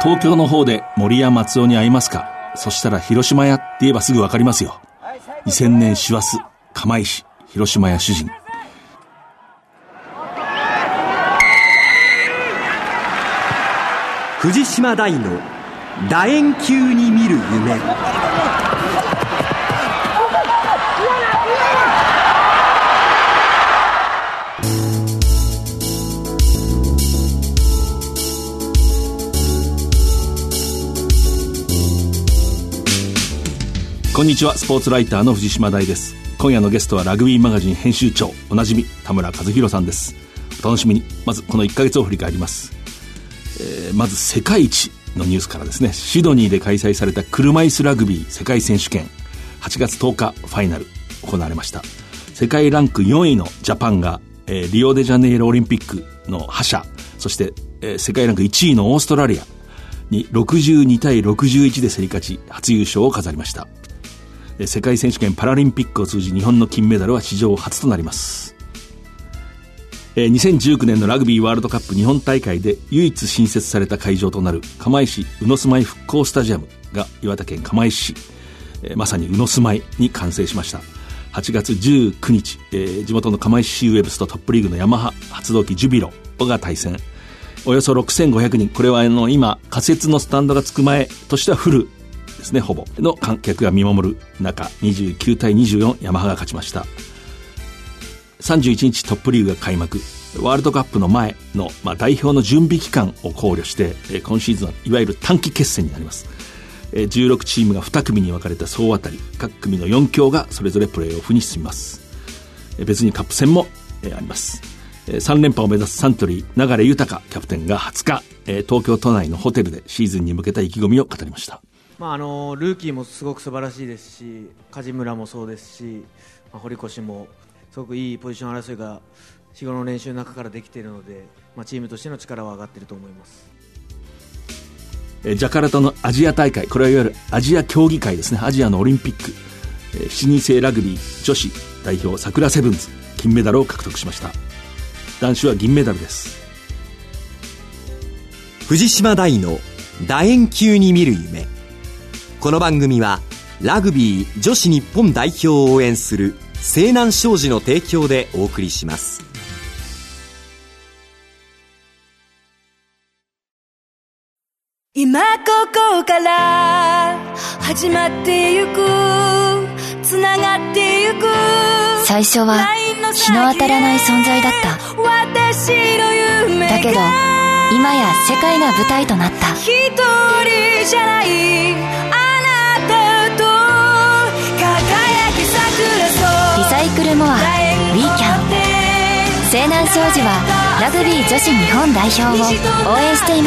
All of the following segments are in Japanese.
東京の方で森や松尾に会いますか。そしたら広島屋って言えばすぐわかりますよ。2000年師走、釜石、広島屋主人。 藤島大の楕円球に見る夢。 こんにちは、スポーツライターの藤島大です。今夜のゲストはラグビーマガジン編集長、おなじみ田村和弘さんです。お楽しみに。まずこの1ヶ月を振り返ります。まず世界一のニュースからですね。シドニーで開催された車椅子ラグビー世界選手権、8月10日ファイナル行われました。世界ランク4位のジャパンが、リオデジャネイロオリンピックの覇者、そして、世界ランク1位のオーストラリアに62対61で競り勝ち、初優勝を飾りました。世界選手権パラリンピックを通じ日本の金メダルは史上初となります。2019年のラグビーワールドカップ日本大会で唯一新設された会場となる釜石宇野住まい復興スタジアムが岩手県釜石市、まさに宇野住まいに完成しました。8月19日、地元の釜石シーウェブスとトップリーグのヤマハ発動機ジュビロが対戦。およそ6500人、これは今仮設のスタンドがつく前としてはフルですね、ほぼの観客が見守る中、29対24ヤマハが勝ちました。31日トップリーグが開幕。ワールドカップの前の、代表の準備期間を考慮して、今シーズンはいわゆる短期決戦になります。16チームが2組に分かれた総当たり、各組の4強がそれぞれプレーオフに進みます。別にカップ戦も、あります。3連覇を目指すサントリー流豊キャプテンが20日、東京都内のホテルでシーズンに向けた意気込みを語りました。 ルーキーもすごく素晴らしいですし、梶村もそうですし、堀越もすごくいいポジション争いが日頃の練習の中からできているので、チームとしての力は上がっていると思います。 ジャカルタのアジア大会、これはいわゆるアジア競技会ですね。アジアのオリンピック、7人制ラグビー女子代表桜セブンズ金メダルを獲得しました。男子は銀メダルです。 藤島大の楕円球に見る夢。この番組はラグビー女子日本代表を応援する西南商事の提供でお送りします。 今ここから始まってゆく、つながってゆく。 最初は日の当たらない存在だった。 私の夢がだけど今や世界が舞台となった。 一人じゃないあなたと輝き桜そう。 リサイクルモアウィーキャン。西南商事はラグビー女子日本代表を応援しています。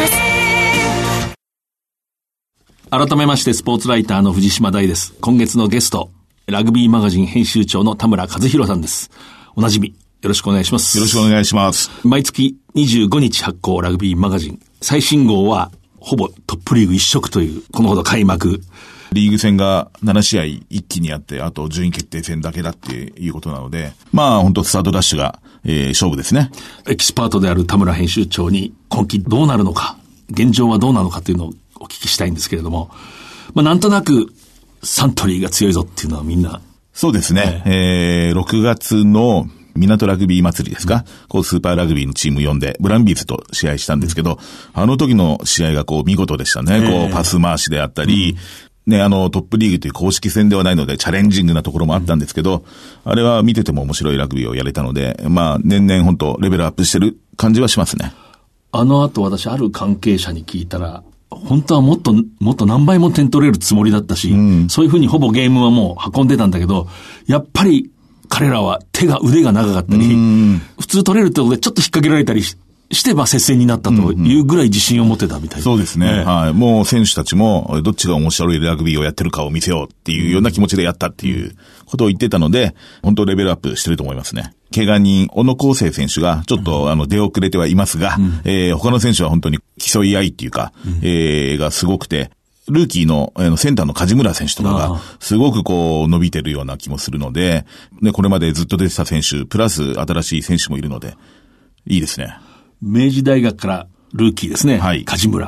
改めましてスポーツライターの藤島大です。今月のゲスト、ラグビーマガジン編集長の田村和弘さんです。おなじみよろしくお願いします。 よろしくお願いします。 毎月25日発行ラグビーマガジン、最新号はほぼトップリーグ一色という、このほど開幕。 リーグ戦が7試合一気にやって、あと順位決定戦だけだっていうことなので、本当スタートダッシュが、勝負ですね。 エキスパートである田村編集長に今季どうなるのか、現状はどうなのかというのをお聞きしたいんですけれども、なんとなくサントリーが強いぞっていうのはみんな。 そうですね。6月の港ラグビー祭りですか、スーパーラグビーのチーム呼んで、ブランビーズと試合したんですけど、あの時の試合が見事でしたね。パス回しであったり、トップリーグという公式戦ではないので、チャレンジングなところもあったんですけど、あれは見てても面白いラグビーをやれたので、年々本当レベルアップしてる感じはしますね。 あの後私ある関係者に聞いたら、本当はもっと何倍も点取れるつもりだったし、そういうふうにほぼゲームはもう運んでたんだけど、やっぱり彼らは腕が長かったり、普通取れるってことでちょっと引っ掛けられたりして、接戦になったというぐらい自信を持ってたみたいな。 そうですね。はい。もう選手たちも、どっちが面白いラグビーをやってるかを見せようっていうような気持ちでやったっていうことを言ってたので、本当レベルアップしてると思いますね。怪我人、小野康生選手がちょっと出遅れてはいますが、他の選手は本当に競い合いっていうか、がすごくて、ルーキーのセンターの梶村選手とかがすごく伸びてるような気もするので、これまでずっと出てた選手プラス新しい選手もいるのでいいですね。 明治大学からルーキーですね。はい。梶村。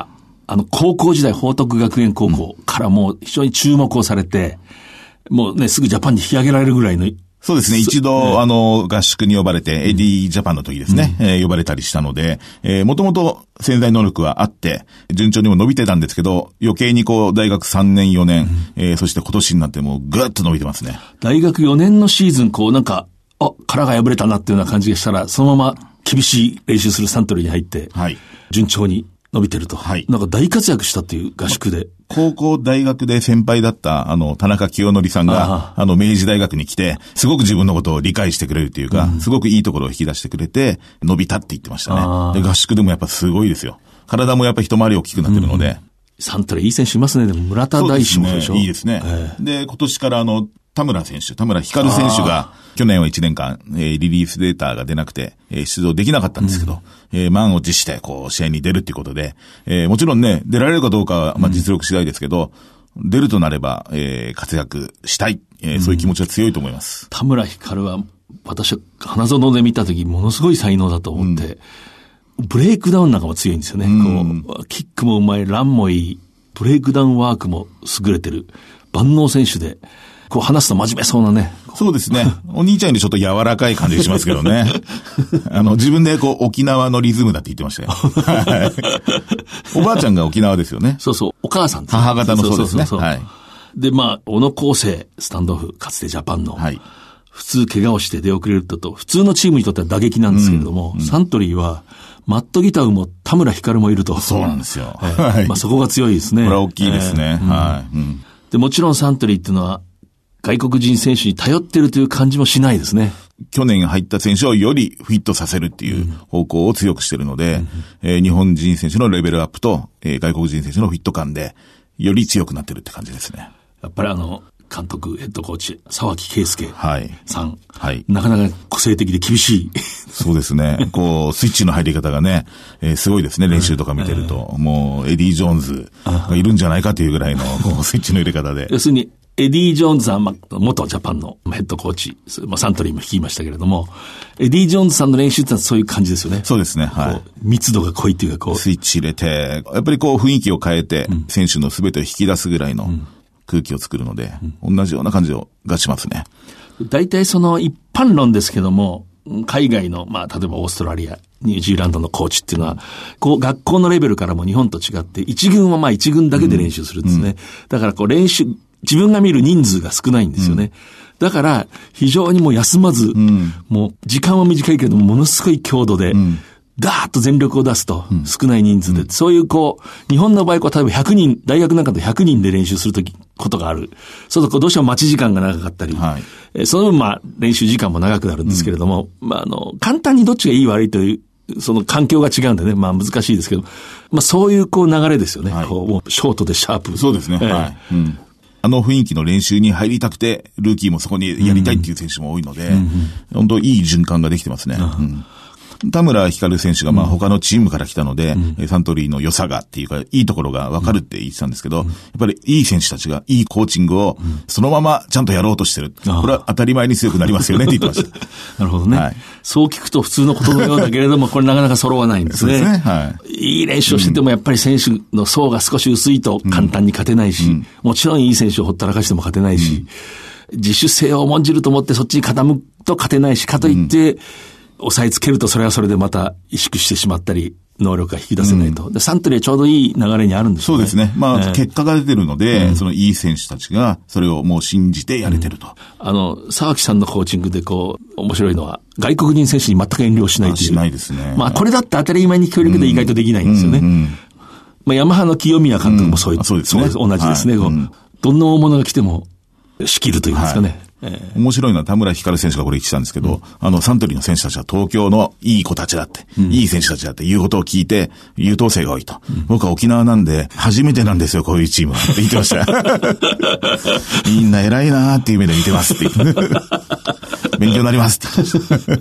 高校時代、報徳学園高校からもう非常に注目をされて、もうね、すぐジャパンに引き上げられるぐらいの。 そうですね。一度、合宿に呼ばれて、エディジャパンの時ですね、呼ばれたりしたので、もともと潜在能力はあって、順調にも伸びてたんですけど、余計にこう、大学3年、4年、そして今年になってもうぐーっと伸びてますね。 大学4年のシーズン、こうなんか、殻が破れたなっていうような感じがしたら、そのまま厳しい練習するサントリーに入って、はい。順調に伸びてると。はい。なんか大活躍したっていう合宿で。 高校大学で先輩だった、田中清則さんが、明治大学に来て、すごく自分のことを理解してくれるっていうか、すごくいいところを引き出してくれて、伸びたって言ってましたね。で、合宿でもやっぱすごいですよ。体もやっぱ一回り大きくなってるので。 サントリーいい選手いますね。でも村田大志もそうでしょ。 いいですね。で、今年から田村光選手が、去年は1年間、リリースデータが出なくて、出場できなかったんですけど、満を持して、こう、試合に出るっていうことで、もちろんね、出られるかどうかは、まあ、実力次第ですけど、出るとなれば、活躍したい、そういう気持ちが強いと思います。 田村光は、私は花園で見たとき、ものすごい才能だと思って、ブレイクダウンなんかも強いんですよね。こう、キックもうまい、ランもいい、ブレイクダウンワークも優れてる、万能選手で、こう話すと真面目そうなね。 そうですね。お兄ちゃんよりちょっと柔らかい感じがしますけどね。自分でこう沖縄のリズムだって言ってましたよ。おばあちゃんが沖縄ですよね。 そうそう。お母さんです、 ね。母方のそうですね。はい。 で、まあ、小野康生、スタンドオフ、かつてジャパンの。はい。普通怪我をして出遅れると、普通のチームにとっては打撃なんですけれども、サントリーは、マットギターも田村光もいると。 そうなんですよ。 はい。まあそこが強いですね。 これは大きいですね。はい。 で、もちろんサントリーっていうのは、外国人選手に頼ってるという感じもしないですね。 去年入った選手をよりフィットさせるっていう方向を強くしているので、日本人選手のレベルアップと、外国人選手のフィット感で、より強くなってるって感じですね。 やっぱり監督、ヘッドコーチ、沢木圭介さん。 はい。 なかなか個性的で厳しい。 そうですね。こう、スイッチの入り方がね、すごいですね、練習とか見てると。もう、エディ・ジョーンズがいるんじゃないかというぐらいの、こう、スイッチの入れ方で。 要するに、エディ・ジョーンズさんは、元ジャパンのヘッドコーチ、サントリーも率いましたけれども、エディ・ジョーンズさんの練習ってのはそういう感じですよね。 そうですね。はい。 密度が濃いっていうか、こう。 スイッチ入れて、やっぱりこう、雰囲気を変えて、選手の全てを引き出すぐらいの空気を作るので、同じような感じがしますね。 大体その一般論ですけども、海外の、まあ、例えばオーストラリア、ニュージーランドのコーチっていうのは、こう、学校のレベルからも日本と違って、一軍はまあ一軍だけで練習するんですね。だからこう自分が見る人数が少ないんですよね。だから、非常にもう休まず、もう時間は短いけれども、ものすごい強度で、ガーッと全力を出すと、少ない人数で、そういうこう、日本の場合、例えば100人、大学なんかで100人で練習することがある。そうするとどうしても待ち時間が長かったり、その分まあ、練習時間も長くなるんですけれども、まあ簡単にどっちがいい悪いという、その環境が違うんでね、まあ難しいですけど、まあそういうこう流れですよね。こう、もうショートでシャープ。 そうですね。はい。雰囲気の練習に入りたくて、ルーキーもそこにやりたいっていう選手も多いので、本当いい循環ができてますね。田村光選手がまあ他のチームから来たので、サントリーの良さがっていうか、いいところが分かるって言ってたんですけど、やっぱりいい選手たちがいいコーチングをそのままちゃんとやろうとしてる。これは当たり前に強くなりますよねって言ってました。 なるほどね。はい、そう聞くと普通のことのようだけれども、これなかなか揃わないんですね。 そうですね。はい。 いい練習をしててもやっぱり選手の層が少し薄いと簡単に勝てないし、もちろんいい選手をほったらかしても勝てないし、自主性を重んじると思ってそっちに傾くと勝てないし、かといって、抑えつけるとそれはそれでまた萎縮してしまったり、能力が引き出せないと。でサントリーはちょうどいい流れにあるんですよね。 そうですね。まあ、結果が出てるので、そのいい選手たちがそれをもう信じてやれてると。 沢木さんのコーチングでこう、面白いのは、外国人選手に全く遠慮しないという。 しないですね。 まあ、これだって当たり前に協力で意外とできないんですよね。まあ、ヤマハの清宮監督もそういう、 そうですね。 同じですね。どんな大物が来ても仕切るというんですかね。 面白いのは田村光選手がこれ言ってたんですけど、サントリーの選手たちは東京のいい子たちだって、いい選手たちだっていうことを聞いて、優等生が多いと。僕は沖縄なんで、初めてなんですよ、こういうチームは。って言ってました。みんな偉いなーっていう目で見てますって。勉強になりますって。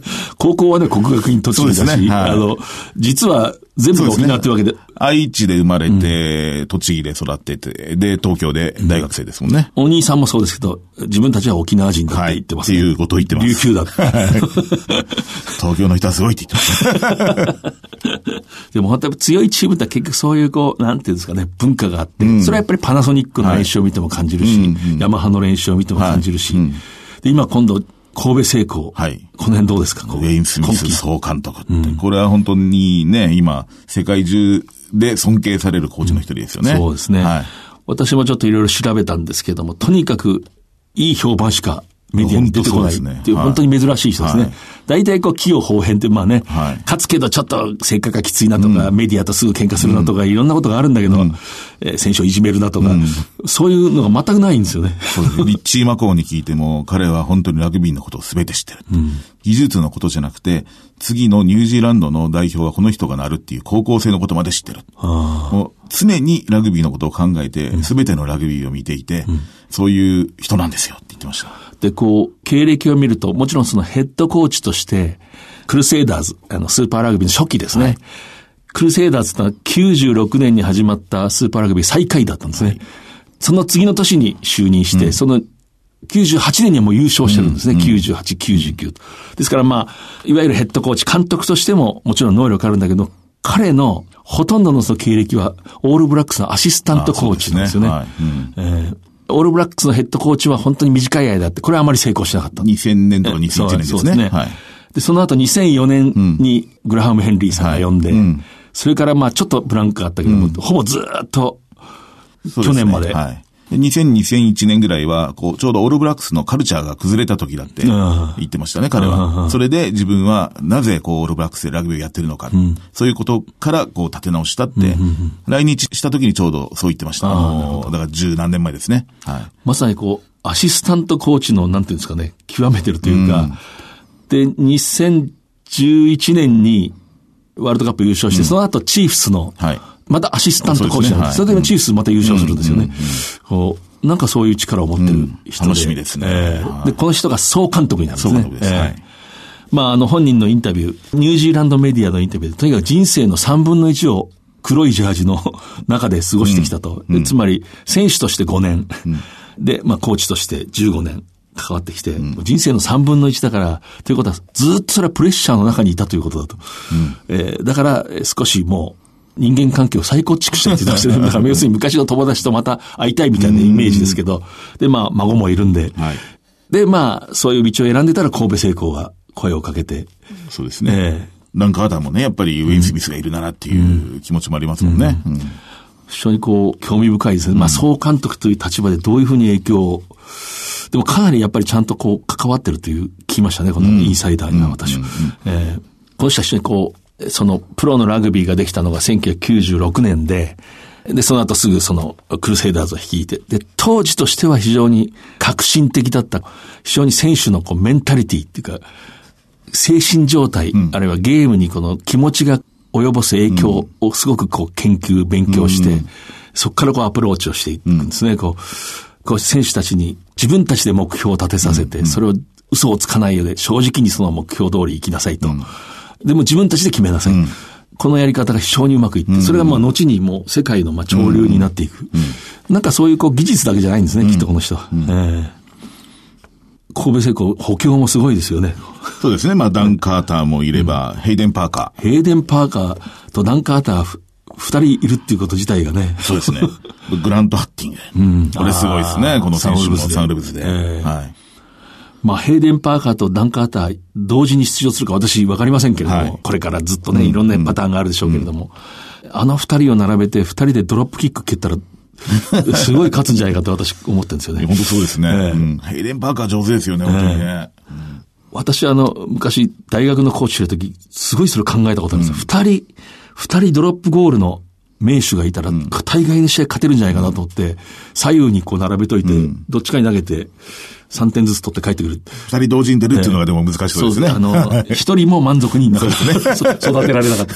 高校はね、国学院栃木だし、そうですね、実は全部が沖縄ってわけで。 愛知で生まれて、栃木で育ってて、で、東京で大学生ですもんね。 お兄さんもそうですけど、自分たちは沖縄人だって言ってますね。 っていうことを言ってます。 琉球だって。 東京の人はすごいって言ってます。 でも本当に強いチームって結局そういうなんていうんですかね、文化があって、それはやっぱりパナソニックの練習を見ても感じるし、ヤマハの練習を見ても感じるし、で、今今度、神戸製鋼。はい。この辺どうですか？ ウェイン・スミス総監督って、これは本当にね、今、世界中で尊敬されるコーチの一人ですよね。 そうですね。はい。私もちょっといろいろ調べたんですけども、とにかくいい評判しかメディアに出てこないっていう、本当に珍しい人ですね。大体器用方変ってまあね、勝つけどちょっと性格がきついなとか、メディアとすぐ喧嘩するなとか、いろんなことがあるんだけど、選手をいじめるなとか、そういうのが全くないんですよね。 そうです。リッチー・マコーに聞いても、彼は本当にラグビーのことを全て知ってる。技術のことじゃなくて、次のニュージーランドの代表はこの人がなるっていう高校生のことまで知ってる。もう常にラグビーのことを考えて、全てのラグビーを見ていて、そういう人なんですよって言ってました。 で、経歴を見ると、もちろんそのヘッドコーチとして、クルセイダーズ、スーパーラグビーの初期ですね。はい、クルセイダーズとは96年に始まったスーパーラグビー最下位だったんですね。はい、その次の年に就任して、その98年にはもう優勝してるんですね。98、99と。ですからまあ、いわゆるヘッドコーチ、監督としてももちろん能力あるんだけど、彼のほとんどのその経歴はオールブラックスのアシスタントコーチなんですよね。オールブラックスのヘッドコーチは本当に短い間あって、これはあまり成功しなかった。 2000年とか2001年ですね。そうですね。はい。 で、その後2004年にグラハム・ヘンリーさんが呼んで、それからまあちょっとブランクがあったけども、ほぼずっと去年まで。はい。 2001年ぐらいは、ちょうどオールブラックスのカルチャーが崩れた時だって言ってましたね、彼は。それで自分はなぜオールブラックスでラグビーをやってるのか、そういうことから立て直したって、来日した時にちょうどそう言ってました。だから十何年前ですね。はい。 まさにアシスタントコーチの、なんていうんですかね、極めてるというか、で、2011年にワールドカップ優勝して、その後チーフスの、またアシスタントコーチなんです。それでチーフスまた優勝するんですよね。なんかそういう力を持ってる人で。 楽しみですね。 で、この人が総監督になるんですね。総監督です。はい。まあ、本人のインタビュー、ニュージーランドメディアのインタビューで、とにかく人生の3分の1を黒いジャージの中で過ごしてきたと。つまり、選手として5年。で、まあ、コーチとして15年。関わってきて、人生の3分の1だから、ということは、ずっとそれはプレッシャーの中にいたということだと。だから、少しもう、人間関係を再構築したいって言ってましたね。だから要するに昔の友達とまた会いたいみたいなイメージですけど、で、まあ、孫もいるんで、で、まあ、そういう道を選んでたら神戸製鋼が声をかけて。 そうですね。なんかあたもね、やっぱりウィン・スミスがいるならっていう気持ちもありますもんね。 非常に興味深いですね。まあ、総監督という立場でどういうふうに影響を、でもかなりやっぱりちゃんと関わってるという聞きましたね、このインサイダーには私は。この人は非常にそのプロのラグビーができたのが1996年で、その後すぐそのクルセイダーズを率いて、で、当時としては非常に革新的だった、非常に選手のメンタリティっていうか、精神状態、あるいはゲームに気持ちが及ぼす影響をすごく研究、勉強して、そこからアプローチをしていくんですね。選手たちに自分たちで目標を立てさせて、それを嘘をつかないようで正直にその目標通り生きなさいと。でも自分たちで決めなさい。このやり方が非常にうまくいって、それが後にもう世界の潮流になっていく。なんかそういう技術だけじゃないんですね、きっとこの人は。神戸製鋼補強もすごいですよね。 そうですね。まあダン・カーターもいれば、ヘイデン・パーカー。 ヘイデン・パーカーとダン・カーター二人いるっていうこと自体がね。 そうですね。グラント・ハッティング。これすごいですね。この選手もサンウルブズで。はい。 まあ、ヘイデン・パーカーとダン・カーター同時に出場するか私わかりませんけれども、これからずっとね、いろんなパターンがあるでしょうけれども、あの二人を並べて二人でドロップキック蹴ったら、すごい勝つんじゃないかと私思ってるんですよね。 本当そうですね。ヘイデン・パーカー上手ですよね、本当にね。 私昔大学のコーチしてるとき、すごいそれ考えたことあるんですよ。二人ドロップゴールの名手がいたら、大概の試合勝てるんじゃないかなと思って、左右に並べといて、どっちかに投げて、3点ずつ取って帰ってくる。 二人同時に出るっていうのがでも難しそうですね。 一人も満足に育てられなかった。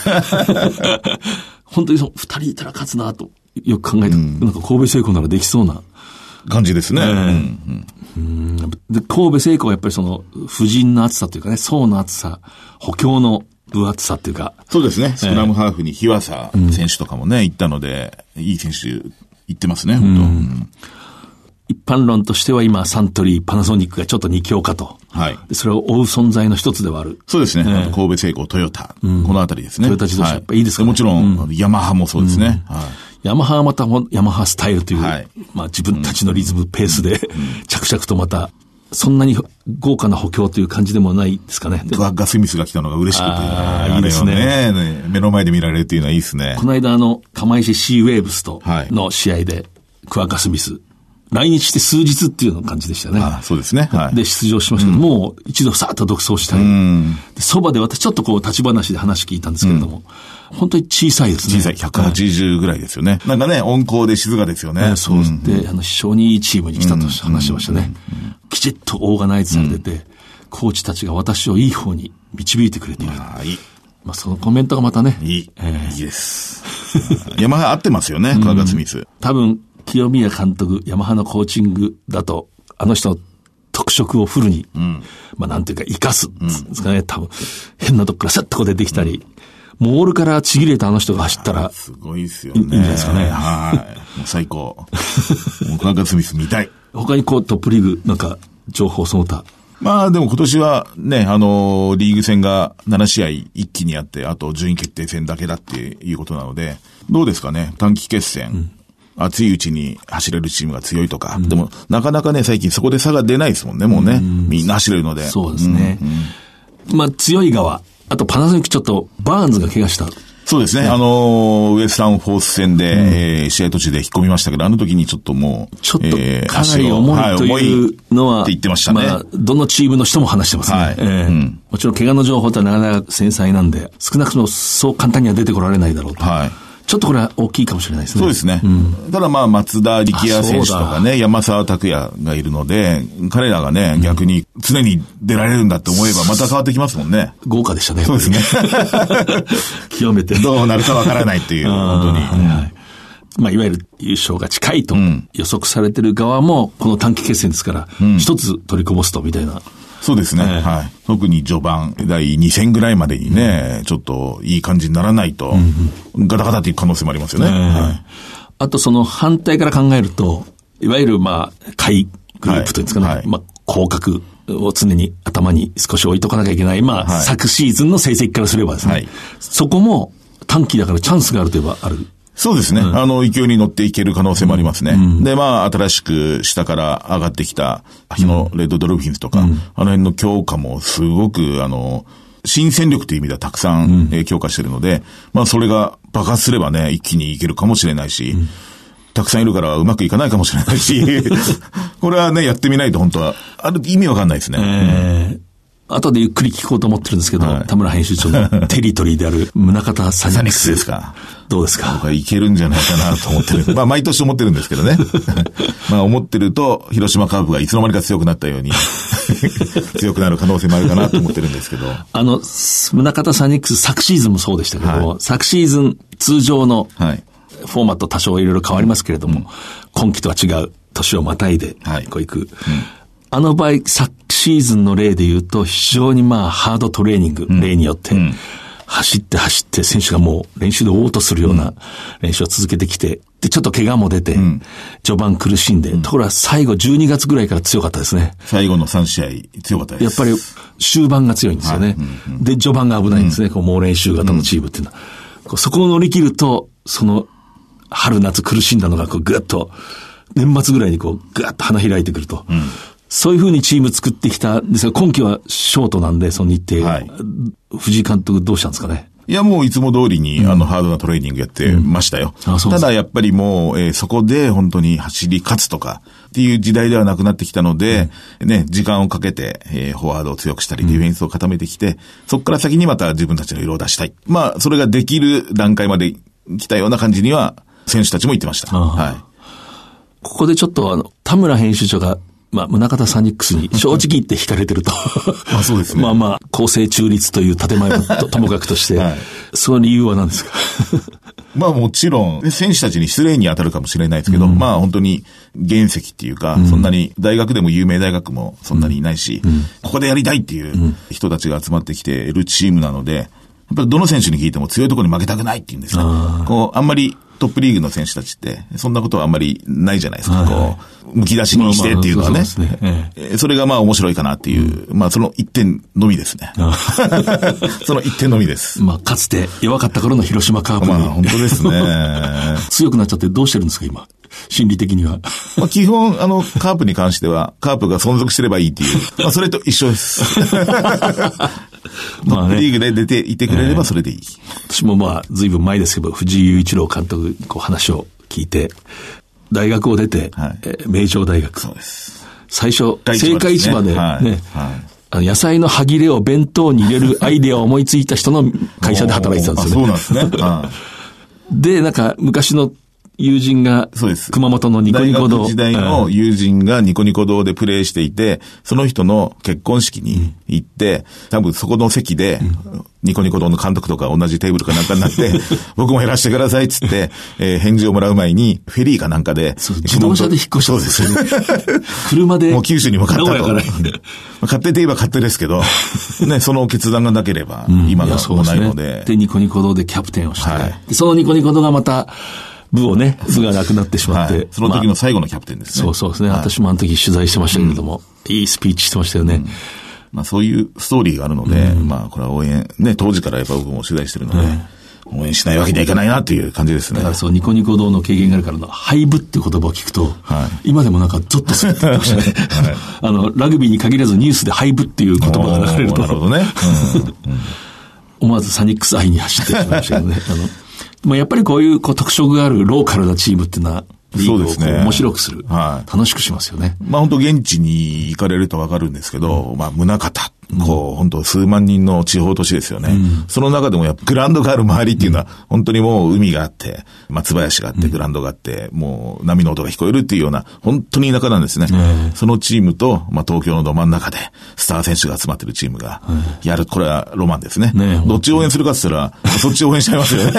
本当に二人いたら勝つなと、よく考えた。なんか神戸製鋼ならできそうな。 感じですね。 で神戸製鋼はやっぱり布陣の厚さというかね、層の厚さ、補強の分厚さっていうか。 そうですね。スクラムハーフに日和佐選手とかもね、行ったので、いい選手行ってますね、本当。 一般論としては今サントリー、パナソニックがちょっと二強化と。 はい。 それを追う存在の一つではある。 そうですね。あと神戸製鋼、トヨタ、このあたりですね。 トヨタ自動車、やっぱいいですかね。 もちろん、ヤマハもそうですね。はい。 ヤマハはまたヤマハスタイルという、まあ自分たちのリズム、ペースで、着々とまた、そんなに豪華な補強という感じでもないですかね。 ガスミスが来たのが嬉しくて。 いいですね。目の前で見られるっていうのはいいですね。 この間釜石シーウェーブスとの試合で、クワガスミス、来日して数日っていうような感じでしたね。 そうですね。はい。 で、出場しましたけど、もう一度さーっと独走したり。そばで私ちょっとこう立ち話で話聞いたんですけれども、本当に小さいですね。 小さい。180ぐらいですよね。なんかね、温厚で静かですよね。 そうです。で、非常にいいチームに来たと話してましたね。きちっとオーガナイズされてて、コーチたちが私をいい方に導いてくれている。 いい。 まあ、そのコメントがまたね。 いいです。ヤマハ合ってますよね、クワガスミス。 多分、清宮監督、ヤマハのコーチングだと、あの人の特色をフルに、まあなんていうか活かすですかね、多分、変なとこからさっとこう出てきたり、モールからちぎれたあの人が走ったら、 すごいですよね。 いいんじゃないですかね。 はい。もう最高。クワガスミス見たい。 他にこうトップリーグなんか情報その他。 まあでも今年はね、リーグ戦が7試合一気にやって、あと順位決定戦だけだっていうことなので、どうですかね、短期決戦。熱いうちに走れるチームが強いとか。でも、なかなかね、最近そこで差が出ないですもんね、もうね。みんな走れるので。 そうですね。まあ強い側。あとパナソニックちょっとバーンズが怪我した。 そうですね。ウエスタンフォース戦で、試合途中で引っ込みましたけど、あの時にちょっともう、 ちょっとかなり重いというのは、 って言ってましたね。 まあ、どのチームの人も話してますね。もちろん怪我の情報とはなかなか繊細なんで、少なくともそう簡単には出てこられないだろうと。ちょっとこれは大きいかもしれないですね。 そうですね。ただまあ、松田力也選手とかね、山沢拓也がいるので、彼らがね、逆に常に出られるんだって思えばまた変わってきますもんね。 豪華でしたね。 そうですね。 極めて。 どうなるかわからないっていう、本当に。 まあ、いわゆる優勝が近いと予測されてる側も、この短期決戦ですから、一つ取りこぼすとみたいな。 そうですね。はい。特に序盤、第2戦ぐらいまでにね、ちょっといい感じにならないと、ガタガタっていう可能性もありますよね。 あとその反対から考えると、いわゆるまあ、下位グループというんですかね。まあ、降格を常に頭に少し置いとかなきゃいけない。まあ、昨シーズンの成績からすればですね。そこも短期だからチャンスがあるといえばある。 そうですね。勢いに乗っていける可能性もありますね。で、まあ、新しく下から上がってきた、日野レッドドルフィンズとか、あの辺の強化もすごく、新戦力という意味ではたくさん、強化してるので、まあ、それが爆発すればね、一気にいけるかもしれないし、たくさんいるからうまくいかないかもしれないし、これはね、やってみないと本当は、意味わかんないですね。 後でゆっくり聞こうと思ってるんですけど、田村編集長のテリトリーである宗像サニックスですか。 どうですか？ 僕はいけるんじゃないかなと思ってる。まあ毎年思ってるんですけどね。まあ思ってると、広島カープがいつの間にか強くなったように、強くなる可能性もあるかなと思ってるんですけど。 宗像サニックス昨シーズンもそうでしたけど、昨シーズン通常のフォーマット多少いろいろ変わりますけれども、今季とは違う年をまたいで、こういく。あの場合、昨シーズンの例で言うと、非常にまあ、ハードトレーニング、例によって、走って選手がもう練習で嘔吐するような練習を続けてきて、で、ちょっと怪我も出て、序盤苦しんで、ところが最後12月ぐらいから強かったですね。 最後の3試合強かったです。 やっぱり終盤が強いんですよね。で、序盤が危ないんですね。こう猛練習型のチームっていうのは。そこを乗り切ると、その、春夏苦しんだのがこうぐっと、年末ぐらいにこう、ぐっと花開いてくると。そういう風にチーム作ってきたんですが、今季はショートなんで、その日程。藤井監督どうしたんですかね。 いや、もういつも通りに、ハードなトレーニングやってましたよ。ただやっぱりもう、そこで本当に走り勝つとかっていう時代ではなくなってきたので、ね、時間をかけて、フォワードを強くしたり、ディフェンスを固めてきて、そこから先にまた自分たちの色を出したい。まあ、それができる段階まで来たような感じには、選手たちも言ってました。 ここでちょっと田村編集長が、まあ、宗像サニックスに正直言って惹かれてると。 そうですね。 まあまあ、公正中立という建前はともかくとして、その理由は何ですか？ まあもちろん、選手たちに失礼に当たるかもしれないですけど、まあ本当に原石っていうか、そんなに大学でも有名大学もそんなにいないし、ここでやりたいっていう人たちが集まってきているチームなので、やっぱりどの選手に聞いても強いところに負けたくないっていうんですか。こう、あんまりトップリーグの選手たちって、そんなことはあんまりないじゃないですか。こう、むき出しにしてっていうのはね。それがまあ面白いかなっていう、まあその一点のみですね。その一点のみです。 まあかつて弱かった頃の広島カープに。 まあ本当ですね。 強くなっちゃってどうしてるんですか、今。心理的には。 まあ基本、カープに関しては、カープが存続してればいいっていう。まあそれと一緒です。トップリーグで出ていてくれればそれでいい。 私もまあ随分前ですけど、藤井雄一郎監督にこう話を聞いて、大学を出て、名城大学。そうです。最初、青果市場でね、野菜の歯切れを弁当に入れるアイデアを思いついた人の会社で働いてたんですよね。 そうなんですね。 で、なんか昔の友人が、熊本のニコニコ堂。 大学時代の友人がニコニコ堂でプレイしていて、その人の結婚式に行って、多分そこの席で、ニコニコ堂の監督とか同じテーブルかなんかになって、僕も減らしてくださいっつって、返事をもらう前に、フェリーかなんかで、 自動車で引っ越したんですよね。車で。 もう九州に向かったと。勝手といえば勝手ですけど、ね、その決断がなければ、今がもうないので。 で、ニコニコ堂でキャプテンをして、そのニコニコ堂がまた、部がなくなってしまって。 その時の最後のキャプテンですね。 そうですね。私もあの時取材してましたけれども、いいスピーチしてましたよね。 まあそういうストーリーがあるので、まあこれは応援、ね、当時からやっぱ僕も取材してるので、応援しないわけにはいかないなっていう感じですね。 だからそう、ニコニコ堂の経験があるからの、廃部っていう言葉を聞くと、今でもなんかゾッとするって言ってましたね。ラグビーに限らずニュースで廃部っていう言葉が流れると。 なるほどね。 思わずサニックス愛に走ってしまいましたけどね。もうやっぱりこういう特色があるローカルなチームっていうのは、リーグをこう面白くする。楽しくしますよね。 まあ本当現地に行かれるとわかるんですけど、まあ宗像、こう本当数万人の地方都市ですよね。その中でもやっぱグラウンドがある周りっていうのは、本当にもう海があって、松林があって、グラウンドがあって、もう波の音が聞こえるっていうような、本当に田舎なんですね。そのチームと、まあ東京のど真ん中で、スター選手が集まってるチームが、やる、これはロマンですね。どっちを応援するかって言ったら、そっちを応援しちゃいますよね。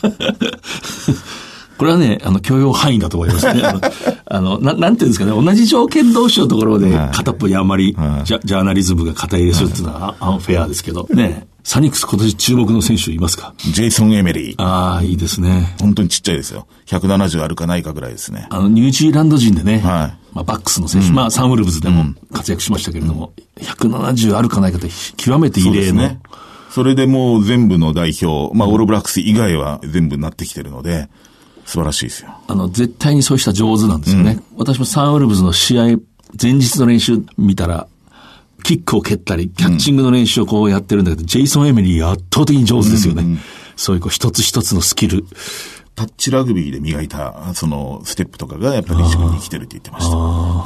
これはね、許容範囲だと思いますね。なんていうんですかね、同じ条件同士のところで、片っぽにあんまり、ジャーナリズムが肩入れするっていうのはアンフェアですけど、ね。サニックス今年注目の選手いますか？ ジェイソン・エメリー。 ああ、いいですね。 本当にちっちゃいですよ。170あるかないかぐらいですね。 ニュージーランド人でね、まあバックスの選手、まあサンウルブズでも活躍しましたけれども、170あるかないかって極めて異例の。 それでもう全部の代表、まあオールブラックス以外は全部なってきてるので、素晴らしいですよ。 絶対にそうした上手なんですよね。私もサンウルブズの試合、前日の練習見たら、キックを蹴ったり、キャッチングの練習をこうやってるんだけど、ジェイソン・エメリー圧倒的に上手ですよね。そういうこう一つ一つのスキル。 タッチラグビーで磨いた、そのステップとかがやっぱり自分に来てるって言ってました。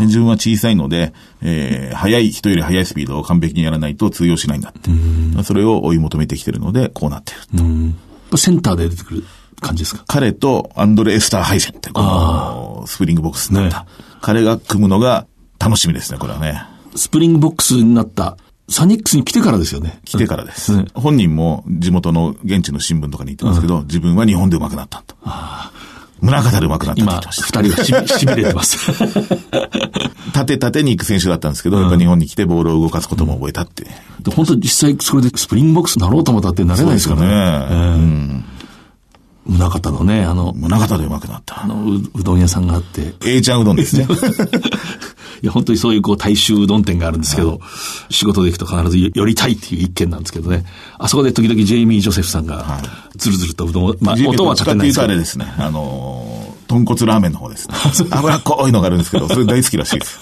自分は小さいので、人より速いスピードを完璧にやらないと通用しないんだって。それを追い求めてきてるので、こうなってると。センターで出てくる感じですか？ 彼とアンドレ・エスター・ハイセンって、このスプリングボックスになった。彼が組むのが楽しみですね、これはね。 スプリングボックスになったサニックスに来てからですよね。 来てからです。本人も地元の現地の新聞とかに言ってますけど、自分は日本で上手くなったと。宗像で上手くなったと言ってました。 今、二人は痺れてます。 縦に行く選手だったんですけど、やっぱ日本に来てボールを動かすことも覚えたって。 本当に実際それでスプリングボックスになろうと思ったってなれないですからね。宗像のね、 宗像で上手くなった。 うどん屋さんがあって。 A ちゃんうどんですね。 いや、本当にそういう大衆うどん店があるんですけど、仕事で行くと必ず寄りたいっていう一軒なんですけどね。あそこで時々ジェイミー・ジョセフさんが、ずるずるとうどんを、まあ、音は立てないですけど。 あれですね。豚骨ラーメンの方ですね。脂っこいのがあるんですけど、それ大好きらしいです。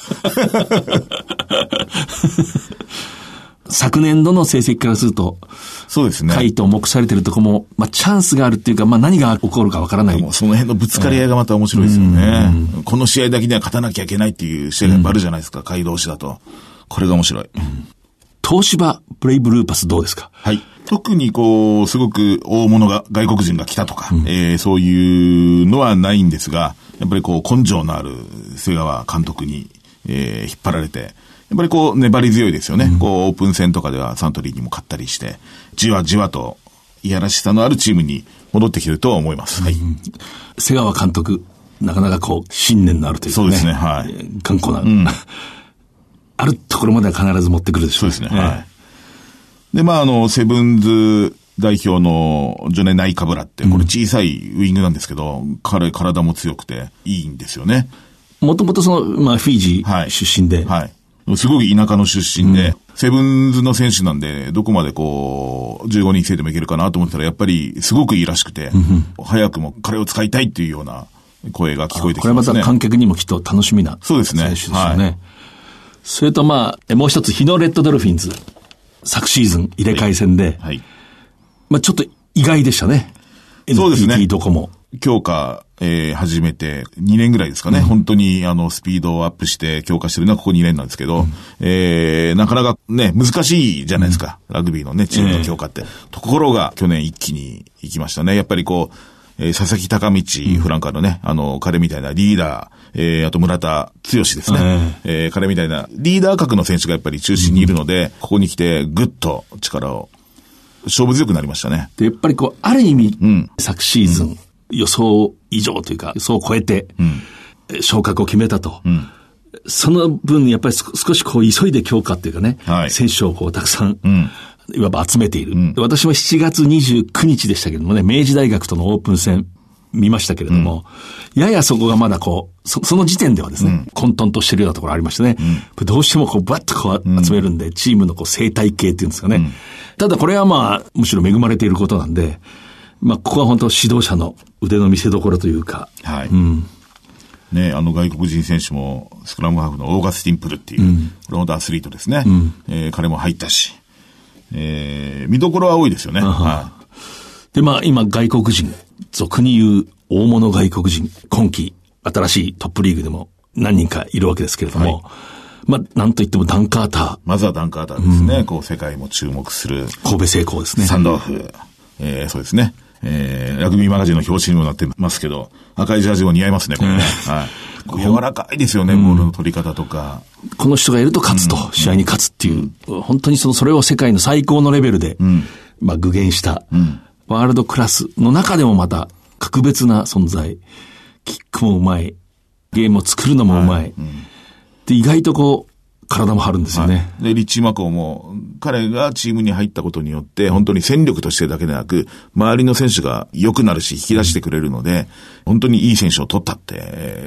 昨年度の成績からすると、 そうですね。 下位と目されてるとこも、まあ、チャンスがあるっていうか、まあ、何が起こるかわからない。 その辺のぶつかり合いがまた面白いですよね。この試合だけには勝たなきゃいけないっていう試合があるじゃないですか、下位同士だと。これが面白い。 東芝ブレイブルーパスどうですか？ はい。特にすごく大物が、外国人が来たとか、そういうのはないんですが、やっぱり根性のある瀬川監督に、引っ張られて、やっぱり粘り強いですよね。オープン戦とかではサントリーにも勝ったりして、じわじわといやらしさのあるチームに戻ってきてると思います。はい。 瀬川監督、なかなか信念のあるというかね。 そうですね、はい。 頑固な。あるところまでは必ず持ってくるでしょう。 そうですね、はい。で、まあ、セブンズ代表のジョネ・ナイカブラって、これ小さいウイングなんですけど、彼体も強くていいんですよね。 もともとフィジー出身で。 はい。すごい田舎の出身で、セブンズの選手なんで、どこまで15人制でもいけるかなと思ったら、やっぱりすごくいいらしくて、早くも彼を使いたいっていうような声が聞こえてきますね。 これまた観客にもきっと楽しみな選手ですよね。はい、それともう一つ、日野レッドドルフィンズ、昨シーズン入れ替え戦で、はい、ちょっと意外でしたね。 そうですね。 NTT どこも。 強化、始めて2年ぐらいですかね。本当にスピードをアップして強化してるのはここ2年なんですけど、なかなかね、難しいじゃないですか。ラグビーのね、チームの強化って。ところが去年一気に行きましたね。やっぱり佐々木高道フランカーのね、彼みたいなリーダー、あと村田剛ですね。彼みたいなリーダー格の選手がやっぱり中心にいるので、ここに来てぐっと力を、勝負強くなりましたね。 で、やっぱりある意味、昨シーズン、予想以上というか、予想を超えて、昇格を決めたと。その分、やっぱり少し急いで強化っていうかね、選手をたくさん、いわば集めている。私も7月29日でしたけれどもね、明治大学とのオープン戦見ましたけれども、ややそこがまだその時点ではですね、混沌としてるようなところありましたね。どうしてもバッと集めるんで、チームの生態系っていうんですかね。ただこれはむしろ恵まれていることなんで、ここは本当指導者の腕の見せ所というか。 はい。ね、外国人選手もスクラムハーフのオーガスティンプルっていう、これ本当アスリートですね。彼も入ったし、見どころは多いですよね。はい。 で、今外国人、俗に言う大物外国人、今季新しいトップリーグでも何人かいるわけですけれども、なんといってもダン・カーター。 まずはダン・カーターですね。世界も注目する。 神戸製鋼ですね。 サンドーフ。そうですね。ラグビーマガジンの表紙にもなってますけど、赤いジャージも似合いますね、これね。はい。柔らかいですよね、ボールの取り方とか。 この人がいると勝つと、試合に勝つっていう、本当にそれを世界の最高のレベルで、具現した、ワールドクラスの中でもまた格別な存在。キックもうまい。ゲームを作るのもうまい。で、意外と体も張るんですよね。 で、リッチー・マコーも、彼がチームに入ったことによって、本当に戦力としてだけでなく、周りの選手が良くなるし、引き出してくれるので、本当にいい選手を取ったって、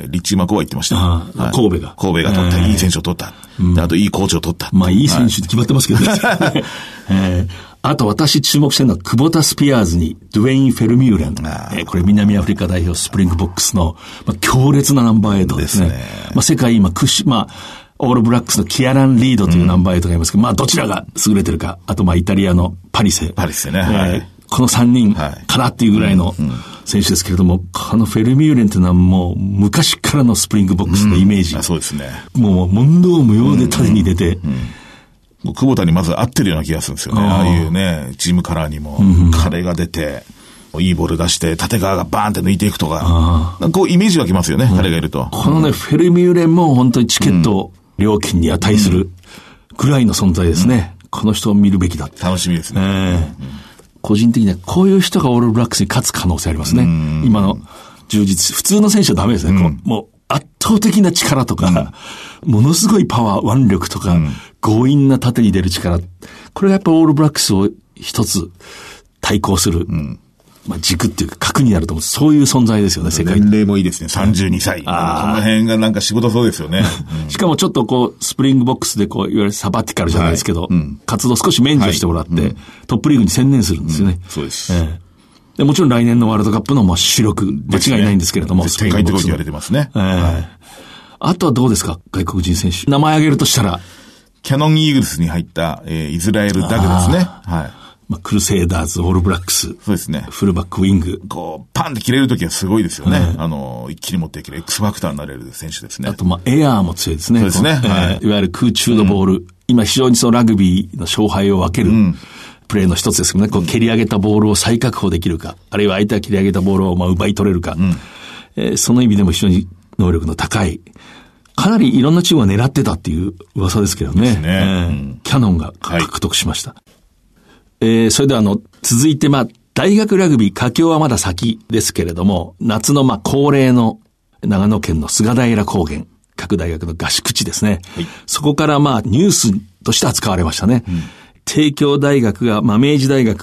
リッチー・マコーは言ってました。 神戸が取った、いい選手を取った。で、あといいコーチを取った。 いい選手って決まってますけどね。あと私注目してるのは、クボタ・スピアーズに、ドゥエイン・フェルミューレン。これ南アフリカ代表スプリングボックスの、強烈なナンバー8ですね。世界今オールブラックスのキアラン・リードというナンバー8がいますけど、どちらが優れてるか。あとイタリアのパリセね。 この3人からっていうぐらいの選手ですけれども、このフェルミューレンというのはもう昔からのスプリングボックスのイメージ。 そうですね。 もう問答無用で縦に出て、 久保田にまず合ってるような気がするんですよね。ああいうね、チームカラーにも、彼が出て、いいボール出して、縦側がバーンって抜いていくとか、イメージ湧きますよね、彼がいると。 このね、フェルミューレンも本当にチケット料金に値するぐらいの存在ですね。この人を見るべきだ。 楽しみですね。 個人的にはこういう人がオールブラックスに勝つ可能性ありますね。今の充実。普通の選手はダメですね。もう圧倒的な力とか、ものすごいパワー、腕力とか、強引な縦に出る力。これがやっぱオールブラックスを一つ対抗する。軸っていうか核になると思う。そういう存在ですよね、世界。 年齢もいいですね、32歳。この辺がなんか仕事そうですよね。 しかもちょっとスプリングボックスでいわゆるサバティカルじゃないですけど、活動少し免除してもらって、トップリーグに専念するんですよね。 そうです。 でもちろん来年のワールドカップの主力、間違いないんですけれども。 絶対帰ってこいと言われてますね。 あとはどうですか、外国人選手。名前挙げるとしたら。 キャノンイーグルスに入ったイスラエル・ダグですね。 クルセイダーズ、オールブラックス。 そうですね。 フルバックウィング。 パンって切れるときはすごいですよね。一気に持っていける X ファクターになれる選手ですね。 あと、エアーも強いですね。 そうですね。 いわゆる空中のボール。今非常にラグビーの勝敗を分けるプレーの一つですけどね。蹴り上げたボールを再確保できるか。あるいは相手が蹴り上げたボールを奪い取れるか。その意味でも非常に能力の高い。かなりいろんなチームが狙ってたっていう噂ですけどね。キャノンが獲得しました。それでは続いて大学ラグビー佳境はまだ先ですけれども、夏の恒例の長野県の菅平高原、各大学の合宿地ですね。そこからニュースとして扱われましたね。帝京大学が明治大学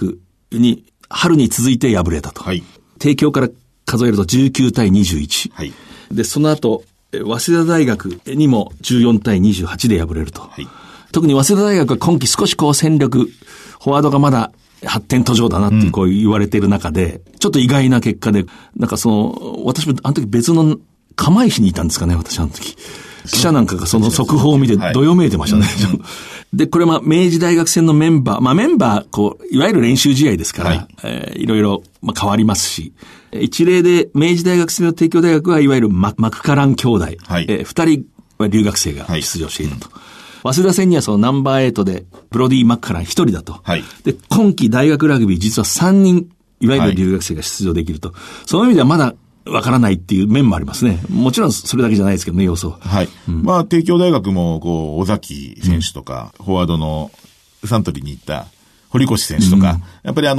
に、春に続いて敗れたと。 はい。 帝京から数えると19対21。 はい。 で、その後、早稲田大学にも14対28で敗れると。 はい。 特に早稲田大学は今季少し戦力、フォワードがまだ発展途上だなってこう言われている中で、ちょっと意外な結果で、私もあの時別の釜石にいたんですかね、私あの時。記者なんかがその速報を見てどよめいてましたね。で、これ明治大学戦のメンバー、いわゆる練習試合ですから、いろいろ変わりますし、一例で明治大学戦の帝京大学はいわゆるマクカラン兄弟、二人は留学生が出場していると。早稲田戦にはそのナンバー8でブロディ・マッカラン一人だと。で、今季大学ラグビー実は3人、いわゆる留学生が出場できると。その意味ではまだわからないっていう面もありますね。もちろんそれだけじゃないですけどね、要素は。 はい。帝京大学も、尾崎選手とか、フォワードのサントリーに行った堀越選手とか、やっぱり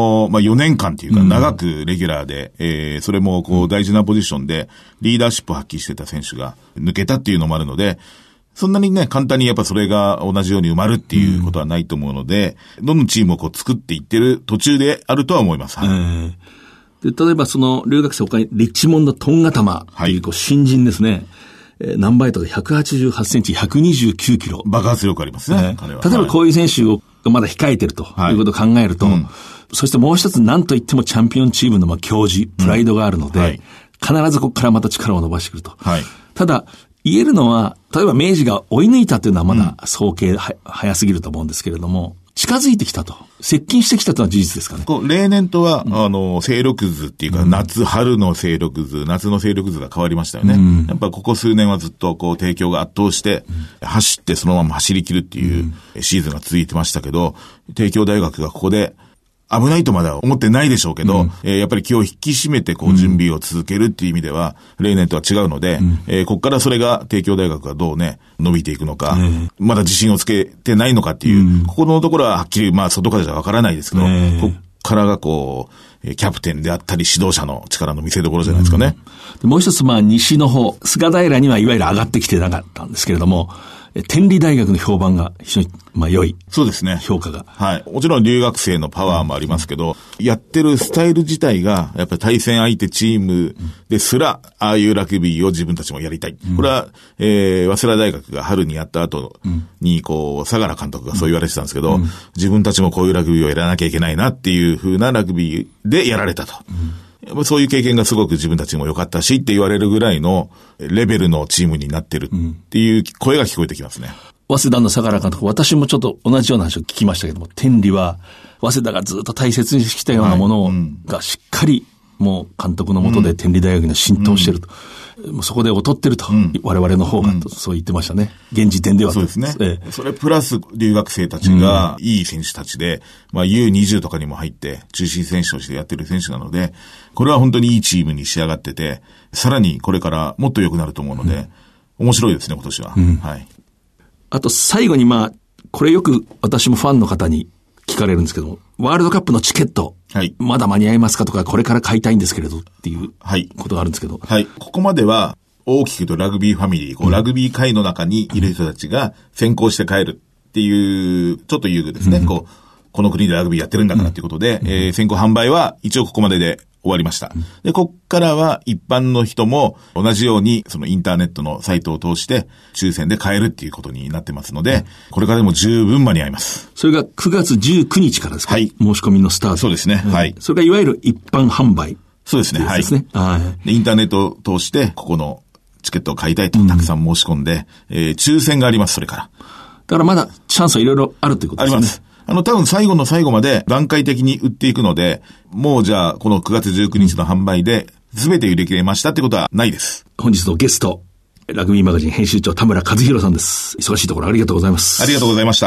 4年間っていうか、長くレギュラーで、それも大事なポジションで、リーダーシップを発揮してた選手が抜けたっていうのもあるので、そんなにね、簡単にやっぱそれが同じように埋まるっていうことはないと思うので、どんどんチームを作っていってる途中であるとは思います。 で、例えばその留学生他にリッチモンド・トンガタマという新人ですね。ナンバー8で188センチ、129キロ。 爆発力ありますね。彼は例えばこういう選手がまだ控えてるということを考えると、そしてもう一つ何と言ってもチャンピオンチームの強靭、プライドがあるので、必ずここからまた力を伸ばしてくると。ただ、言えるのは、例えば明治が追い抜いたというのはまだ早計早すぎると思うんですけれども、近づいてきたと。接近してきたというのは事実ですかね。 例年とは、勢力図っていうか、春の勢力図、夏の勢力図が変わりましたよね。やっぱここ数年はずっと帝京が圧倒して、走ってそのまま走り切るっていうシーズンが続いてましたけど、帝京大学がここで、危ないとまでは思ってないでしょうけど、やっぱり気を引き締めて準備を続けるっていう意味では、例年とは違うので、ここからそれが帝京大学がどうね、伸びていくのか、まだ自信をつけてないのかっていう、ここのところははっきり、外からじゃわからないですけど、ここからがキャプテンであったり指導者の力の見せ所じゃないですかね。 もう一つ西の方、菅平にはいわゆる上がってきてなかったんですけれども、天理大学の評判が非常に良い。 そうですね。 評価が。 はい。もちろん留学生のパワーもありますけど、やってるスタイル自体が、やっぱり対戦相手チームですら、ああいうラグビーを自分たちもやりたい。これは、早稲田大学が春にやった後に、相良監督がそう言われてたんですけど、自分たちもこういうラグビーをやらなきゃいけないなっていう風なラグビーでやられたと。そういう経験がすごく自分たちも良かったしって言われるぐらいのレベルのチームになってるっていう声が聞こえてきますね。 早稲田の相良監督、私もちょっと同じような話を聞きましたけども、天理は早稲田がずっと大切にしてきたようなものがしっかりもう監督の下で天理大学に浸透してると。もうそこで劣ってると、我々の方がと、そう言ってましたね。現時点では。 そうですね。それプラス留学生たちがいい選手たちで、U20 とかにも入って中心選手としてやってる選手なので、これは本当にいいチームに仕上がってて、さらにこれからもっと良くなると思うので、面白いですね、今年は。はい。 あと最後にこれよく私もファンの方に聞かれるんですけども、ワールドカップのチケット、まだ間に合いますかとか、これから買いたいんですけれどっていうことがあるんですけど。 はい。ここまでは大きく言うとラグビーファミリー、ラグビー界の中にいる人たちが先行して帰るっていう、ちょっと優遇ですね。この国でラグビーやってるんだからっていうことで、先行販売は一応ここまでで終わりました。で、こっからは一般の人も同じようにそのインターネットのサイトを通して抽選で買えるっていうことになってますので、これからでも十分間に合います。 それが9月19日からですか？はい。申し込みのスタート。 そうですね。はい。 それがいわゆる一般販売。 そうですね。はい。 ですね。はい。 で、インターネットを通してここのチケットを買いたいとたくさん申し込んで、抽選があります、それから。だからまだチャンスはいろいろあるということですね。あります。 多分最後の最後まで段階的に売っていくので、もうじゃあこの9月19日の販売で全て売り切れましたってことはないです。 本日のゲスト、ラグビーマガジン編集長田村和弘さんです。忙しいところありがとうございます。 ありがとうございました。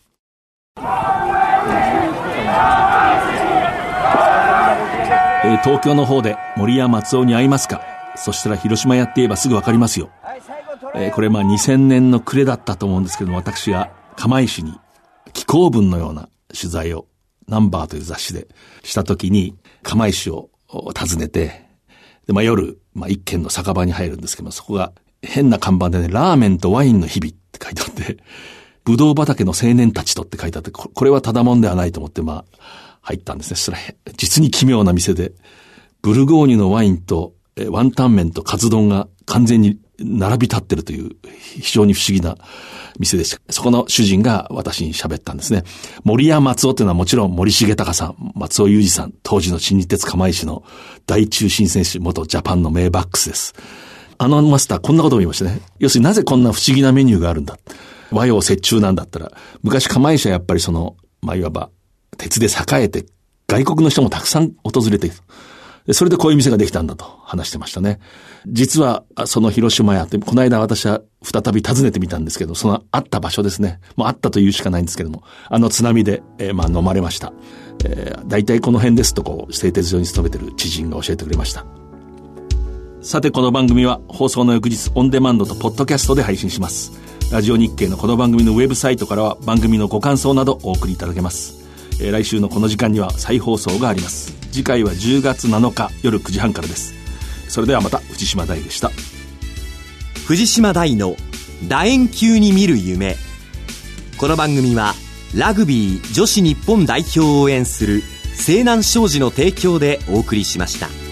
東京の方で森や松尾に会いますか？そしたら広島やって言えばすぐわかりますよ。これ2000年の暮れだったと思うんですけども、私が釜石に紀行文のような取材をナンバーという雑誌でしたときに釜石を訪ねて、で、夜、一軒の酒場に入るんですけども、そこが変な看板でね、ラーメンとワインの日々って書いてあって、ぶどう畑の青年たちとって書いてあって、これはただもんではないと思って、 入ったんですね。それ実に奇妙な店で、ブルゴーニュのワインとワンタン麺とカツ丼が完全に並び立ってるという非常に不思議な店でした。そこの主人が私に喋ったんですね。森屋松尾というのはもちろん森重隆さん、松尾裕二さん、当時の新日鉄釜石の大中心選手、元ジャパンの名バックスです。マスターこんなことを言いましたね。要するになぜこんな不思議なメニューがあるんだ。和洋折衷なんだったら、昔釜石はやっぱりいわば鉄で栄えて外国の人もたくさん訪れている。それでこういう店ができたんだと話してましたね。実はその広島屋って、この間私は再び訪ねてみたんですけど、そのあった場所ですね。もうあったというしかないんですけども、津波で、飲まれました。大体この辺ですと製鉄所に勤めている知人が教えてくれました。さてこの番組は放送の翌日オンデマンドとポッドキャストで配信します。ラジオ日経のこの番組のウェブサイトからは番組のご感想などお送りいただけます。来週のこの時間には再放送があります。次回は10月7日夜9時半からです。それではまた。藤島大でした。 藤島大の楕円球に見る夢。この番組はラグビー女子日本代表を応援する西南商事の提供でお送りしました。